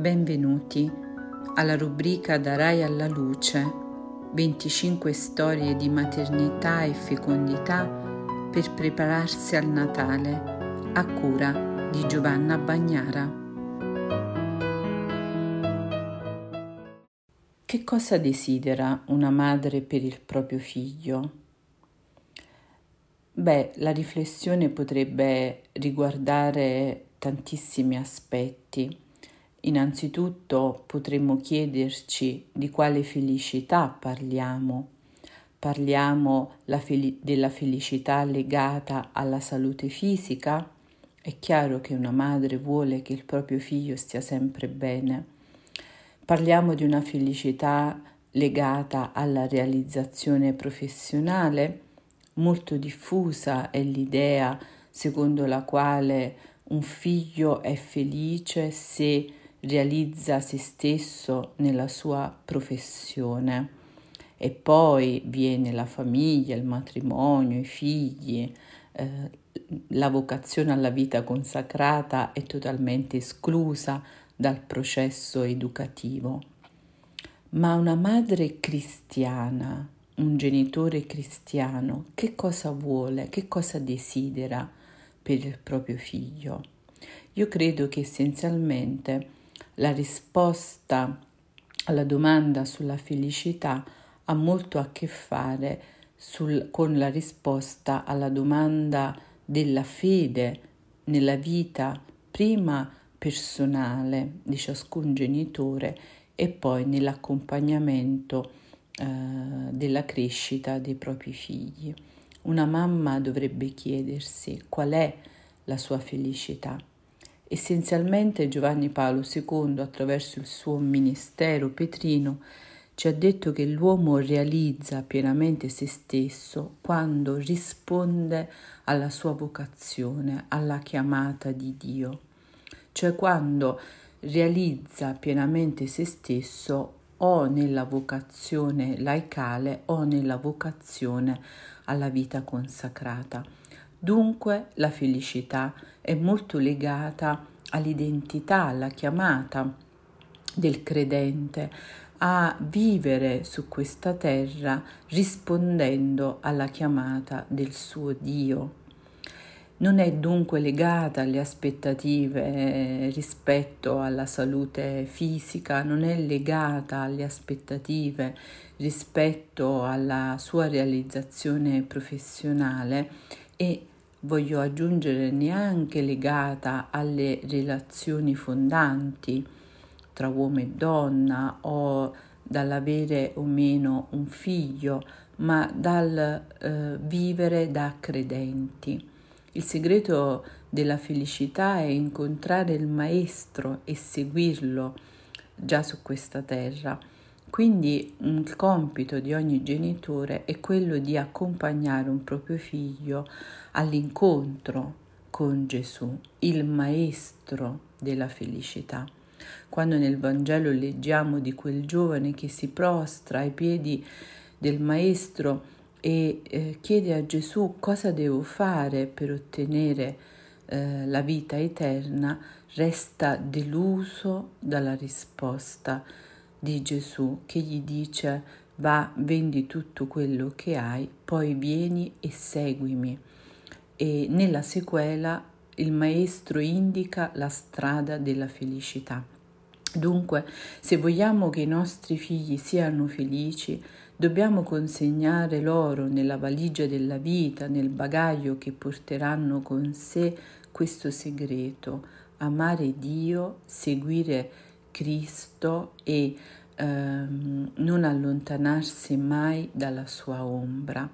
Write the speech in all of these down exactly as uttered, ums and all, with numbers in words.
Benvenuti alla rubrica Darai alla luce, venticinque storie di maternità e fecondità per prepararsi al Natale, a cura di Giovanna Bagnara. Che cosa desidera una madre per il proprio figlio? Beh, la riflessione potrebbe riguardare tantissimi aspetti. Innanzitutto potremmo chiederci di quale felicità parliamo. Parliamo la fel- della felicità legata alla salute fisica? È chiaro che una madre vuole che il proprio figlio stia sempre bene. Parliamo di una felicità legata alla realizzazione professionale? Molto diffusa è l'idea secondo la quale un figlio è felice se realizza se stesso nella sua professione, e poi viene la famiglia, il matrimonio, i figli, eh, la vocazione alla vita consacrata è totalmente esclusa dal processo educativo. Ma una madre cristiana, un genitore cristiano, che cosa vuole, che cosa desidera per il proprio figlio? Io credo che essenzialmente la risposta alla domanda sulla felicità ha molto a che fare sul, con la risposta alla domanda della fede nella vita prima personale di ciascun genitore e poi nell'accompagnamento eh, della crescita dei propri figli. Una mamma dovrebbe chiedersi qual è la sua felicità. Essenzialmente Giovanni Paolo secondo, attraverso il suo ministero petrino, ci ha detto che l'uomo realizza pienamente se stesso quando risponde alla sua vocazione, alla chiamata di Dio, cioè quando realizza pienamente se stesso o nella vocazione laicale o nella vocazione alla vita consacrata. Dunque la felicità è molto legata all'identità, alla chiamata del credente a vivere su questa terra rispondendo alla chiamata del suo Dio. Non è dunque legata alle aspettative rispetto alla salute fisica, non è legata alle aspettative rispetto alla sua realizzazione professionale e voglio aggiungere neanche legata alle relazioni fondanti tra uomo e donna o dall'avere o meno un figlio, ma dal eh, vivere da credenti. Il segreto della felicità è incontrare il Maestro e seguirlo già su questa terra. Quindi il compito di ogni genitore è quello di accompagnare un proprio figlio all'incontro con Gesù, il Maestro della felicità. Quando nel Vangelo leggiamo di quel giovane che si prostra ai piedi del Maestro e eh, chiede a Gesù cosa devo fare per ottenere eh, la vita eterna, resta deluso dalla risposta di Gesù che gli dice: va, vendi tutto quello che hai, poi vieni e seguimi. E nella sequela il Maestro indica la strada della felicità. Dunque, se vogliamo che i nostri figli siano felici, dobbiamo consegnare loro nella valigia della vita, nel bagaglio che porteranno con sé, questo segreto: amare Dio, seguire Cristo e ehm, non allontanarsi mai dalla sua ombra.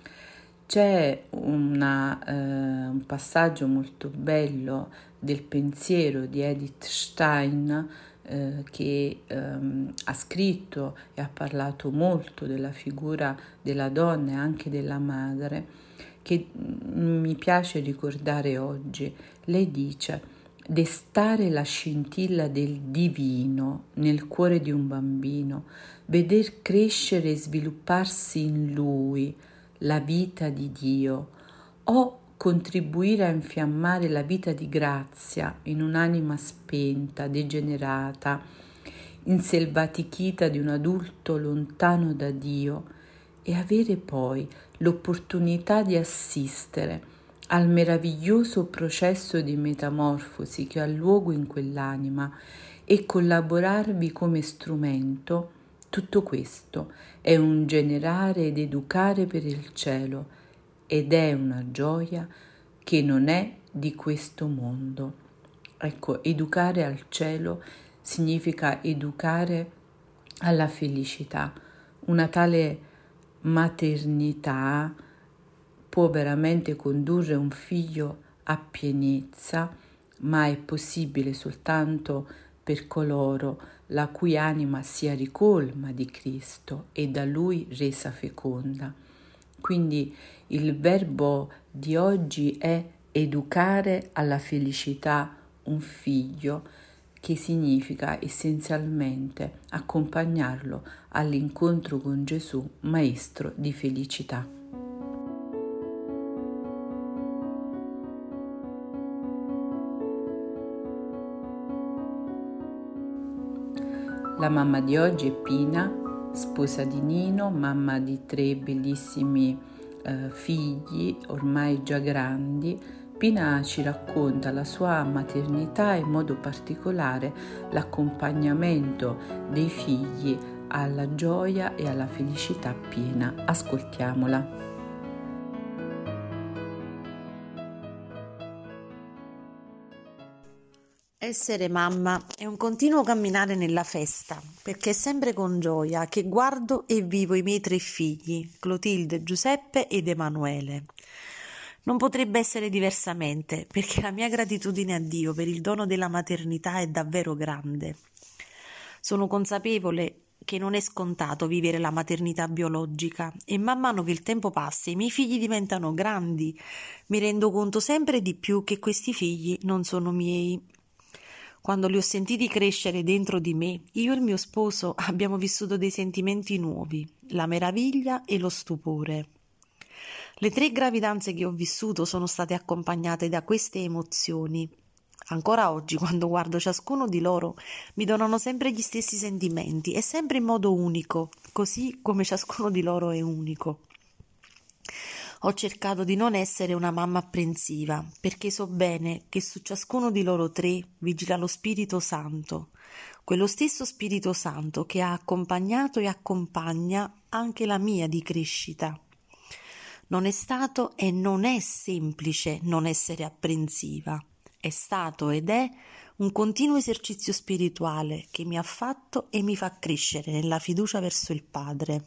C'è una, eh, un passaggio molto bello del pensiero di Edith Stein eh, che ehm, ha scritto e ha parlato molto della figura della donna e anche della madre, che mi piace ricordare oggi. Lei dice: destare la scintilla del divino nel cuore di un bambino, veder crescere e svilupparsi in lui la vita di Dio, o contribuire a infiammare la vita di grazia in un'anima spenta, degenerata, inselvatichita di un adulto lontano da Dio, e avere poi l'opportunità di assistere al meraviglioso processo di metamorfosi che ha luogo in quell'anima e collaborarvi come strumento, tutto questo è un generare ed educare per il cielo ed è una gioia che non è di questo mondo. Ecco, educare al cielo significa educare alla felicità. Una tale maternità può veramente condurre un figlio a pienezza, ma è possibile soltanto per coloro la cui anima sia ricolma di Cristo e da Lui resa feconda. Quindi il verbo di oggi è educare alla felicità un figlio, che significa essenzialmente accompagnarlo all'incontro con Gesù, Maestro di felicità. La mamma di oggi è Pina, sposa di Nino, mamma di tre bellissimi eh, figli, ormai già grandi. Pina ci racconta la sua maternità e in modo particolare l'accompagnamento dei figli alla gioia e alla felicità piena. Ascoltiamola. Essere mamma è un continuo camminare nella festa, perché è sempre con gioia che guardo e vivo i miei tre figli, Clotilde, Giuseppe ed Emanuele. Non potrebbe essere diversamente, perché la mia gratitudine a Dio per il dono della maternità è davvero grande. Sono consapevole che non è scontato vivere la maternità biologica e man mano che il tempo passa e i miei figli diventano grandi, mi rendo conto sempre di più che questi figli non sono miei. Quando li ho sentiti crescere dentro di me, io e il mio sposo abbiamo vissuto dei sentimenti nuovi, la meraviglia e lo stupore. Le tre gravidanze che ho vissuto sono state accompagnate da queste emozioni. Ancora oggi, quando guardo ciascuno di loro, mi donano sempre gli stessi sentimenti e sempre in modo unico, così come ciascuno di loro è unico. Ho cercato di non essere una mamma apprensiva, perché so bene che su ciascuno di loro tre vigila lo Spirito Santo, quello stesso Spirito Santo che ha accompagnato e accompagna anche la mia di crescita. Non è stato e non è semplice non essere apprensiva, è stato ed è un continuo esercizio spirituale che mi ha fatto e mi fa crescere nella fiducia verso il Padre.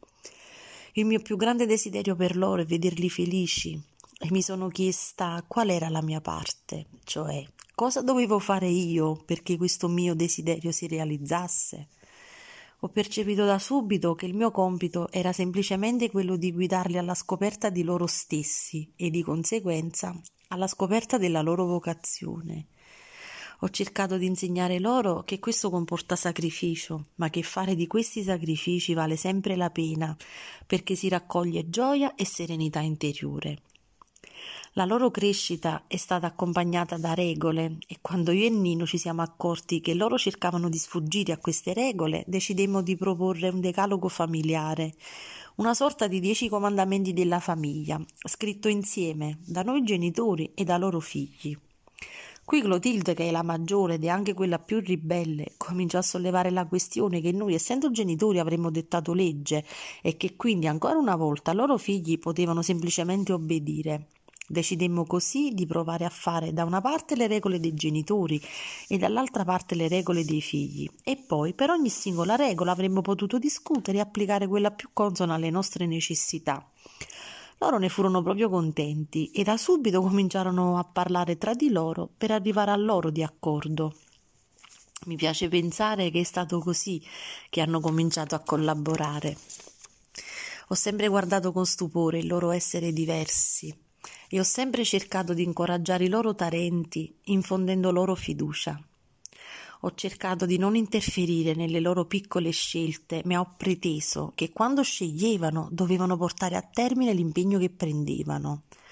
Il mio più grande desiderio per loro è vederli felici e mi sono chiesta qual era la mia parte, cioè cosa dovevo fare io perché questo mio desiderio si realizzasse. Ho percepito da subito che il mio compito era semplicemente quello di guidarli alla scoperta di loro stessi e di conseguenza alla scoperta della loro vocazione. Ho cercato di insegnare loro che questo comporta sacrificio, ma che fare di questi sacrifici vale sempre la pena, perché si raccoglie gioia e serenità interiore. La loro crescita è stata accompagnata da regole e quando io e Nino ci siamo accorti che loro cercavano di sfuggire a queste regole, decidemmo di proporre un decalogo familiare, una sorta di dieci comandamenti della famiglia, scritto insieme da noi genitori e da loro figli. Qui Clotilde, che è la maggiore ed è anche quella più ribelle, cominciò a sollevare la questione che noi, essendo genitori, avremmo dettato legge e che quindi ancora una volta loro figli potevano semplicemente obbedire. Decidemmo così di provare a fare da una parte le regole dei genitori e dall'altra parte le regole dei figli e poi per ogni singola regola avremmo potuto discutere e applicare quella più consona alle nostre necessità. Loro ne furono proprio contenti e da subito cominciarono a parlare tra di loro per arrivare al loro di accordo. Mi piace pensare che è stato così che hanno cominciato a collaborare. Ho sempre guardato con stupore il loro essere diversi e ho sempre cercato di incoraggiare i loro talenti infondendo loro fiducia. Ho cercato di non interferire nelle loro piccole scelte, ma ho preteso che quando sceglievano dovevano portare a termine l'impegno che prendevano.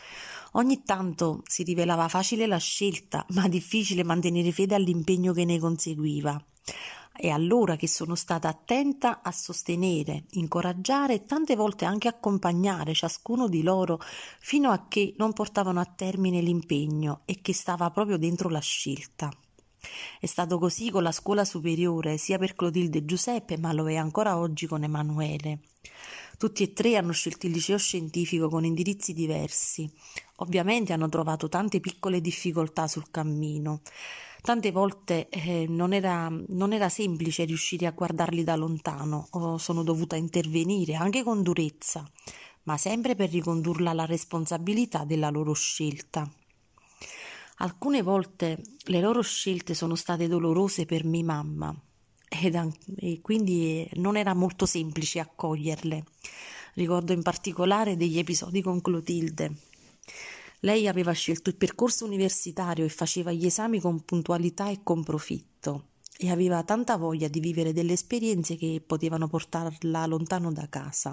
Ogni tanto si rivelava facile la scelta, ma difficile mantenere fede all'impegno che ne conseguiva. È allora che sono stata attenta a sostenere, incoraggiare e tante volte anche accompagnare ciascuno di loro fino a che non portavano a termine l'impegno e che stava proprio dentro la scelta. È stato così con la scuola superiore, sia per Clotilde e Giuseppe, ma lo è ancora oggi con Emanuele. Tutti e tre hanno scelto il liceo scientifico con indirizzi diversi. Ovviamente hanno trovato tante piccole difficoltà sul cammino. Tante volte eh, non era, non era semplice riuscire a guardarli da lontano, o sono dovuta intervenire anche con durezza, ma sempre per ricondurla alla responsabilità della loro scelta. Alcune volte le loro scelte sono state dolorose per mia mamma ed an- e quindi non era molto semplice accoglierle. Ricordo in particolare degli episodi con Clotilde. Lei aveva scelto il percorso universitario e faceva gli esami con puntualità e con profitto e aveva tanta voglia di vivere delle esperienze che potevano portarla lontano da casa.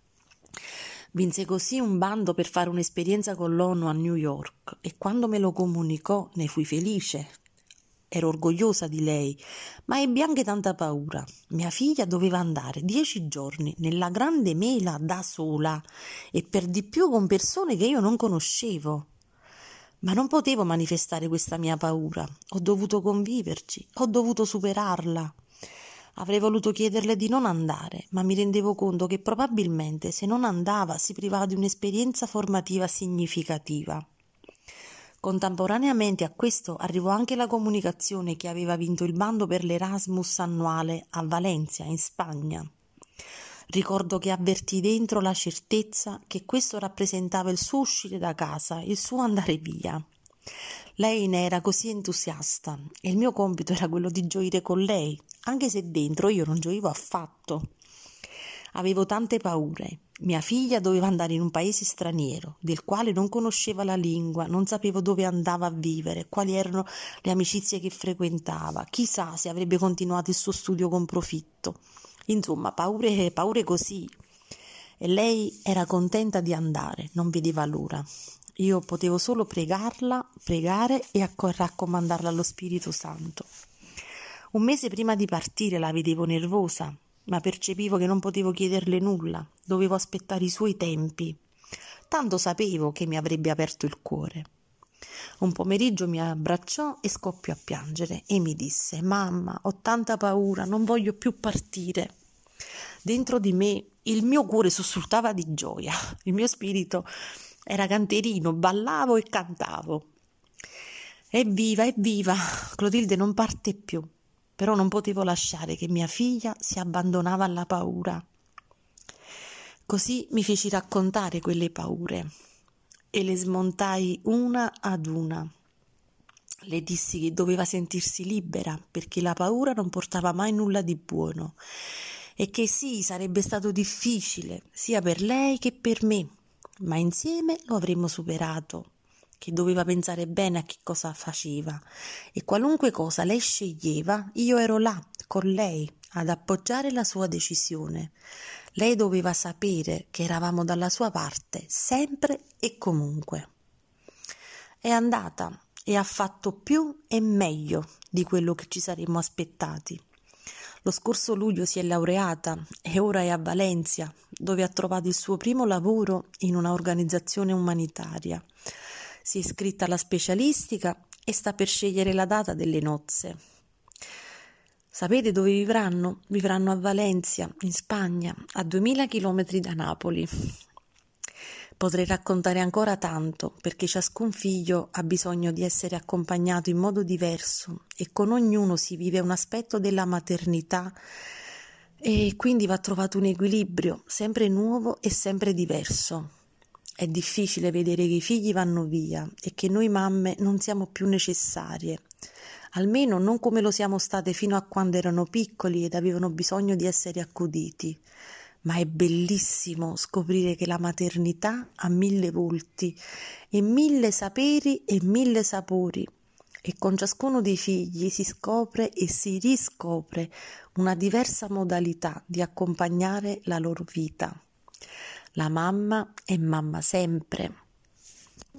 Vinse così un bando per fare un'esperienza con l'ONU a New York e quando me lo comunicò ne fui felice. Ero orgogliosa di lei, ma ebbi anche tanta paura. Mia figlia doveva andare dieci giorni nella Grande Mela da sola e per di più con persone che io non conoscevo. Ma non potevo manifestare questa mia paura. Ho dovuto conviverci, ho dovuto superarla. Avrei voluto chiederle di non andare, ma mi rendevo conto che probabilmente se non andava si privava di un'esperienza formativa significativa. Contemporaneamente a questo arrivò anche la comunicazione che aveva vinto il bando per l'Erasmus annuale a Valencia, in Spagna. Ricordo che avvertì dentro la certezza che questo rappresentava il suo uscire da casa, il suo andare via. Lei ne era così entusiasta e il mio compito era quello di gioire con lei, anche se dentro io non gioivo affatto. Avevo tante paure. Mia figlia doveva andare in un paese straniero, del quale non conosceva la lingua, non sapevo dove andava a vivere, quali erano le amicizie che frequentava, chissà se avrebbe continuato il suo studio con profitto. Insomma, paure, paure così. E lei era contenta di andare, non vedeva l'ora. Io potevo solo pregarla, pregare e acc- raccomandarla allo Spirito Santo. Un mese prima di partire la vedevo nervosa, ma percepivo che non potevo chiederle nulla, dovevo aspettare i suoi tempi. Tanto sapevo che mi avrebbe aperto il cuore. Un pomeriggio mi abbracciò e scoppiò a piangere e mi disse: «Mamma, ho tanta paura, non voglio più partire». Dentro di me il mio cuore sussultava di gioia, il mio spirito era canterino, ballavo e cantavo. Evviva, evviva, Clotilde non parte più. Però non potevo lasciare che mia figlia si abbandonava alla paura. Così mi feci raccontare quelle paure e le smontai una ad una. Le dissi che doveva sentirsi libera perché la paura non portava mai nulla di buono e che sì, sarebbe stato difficile sia per lei che per me, ma insieme lo avremmo superato. Che doveva pensare bene a che cosa faceva e qualunque cosa lei sceglieva, io ero là con lei ad appoggiare la sua decisione. Lei doveva sapere che eravamo dalla sua parte sempre e comunque. È andata e ha fatto più e meglio di quello che ci saremmo aspettati. Lo scorso luglio si è laureata e ora è a Valencia, dove ha trovato il suo primo lavoro in una organizzazione umanitaria. Si è iscritta alla specialistica e sta per scegliere la data delle nozze. Sapete dove vivranno? Vivranno a Valencia, in Spagna, a duemila chilometri da Napoli. Potrei raccontare ancora tanto, perché ciascun figlio ha bisogno di essere accompagnato in modo diverso e con ognuno si vive un aspetto della maternità e quindi va trovato un equilibrio sempre nuovo e sempre diverso. È difficile vedere che i figli vanno via e che noi mamme non siamo più necessarie, almeno non come lo siamo state fino a quando erano piccoli ed avevano bisogno di essere accuditi. Ma è bellissimo scoprire che la maternità ha mille volti e mille saperi e mille sapori e con ciascuno dei figli si scopre e si riscopre una diversa modalità di accompagnare la loro vita. La mamma è mamma sempre.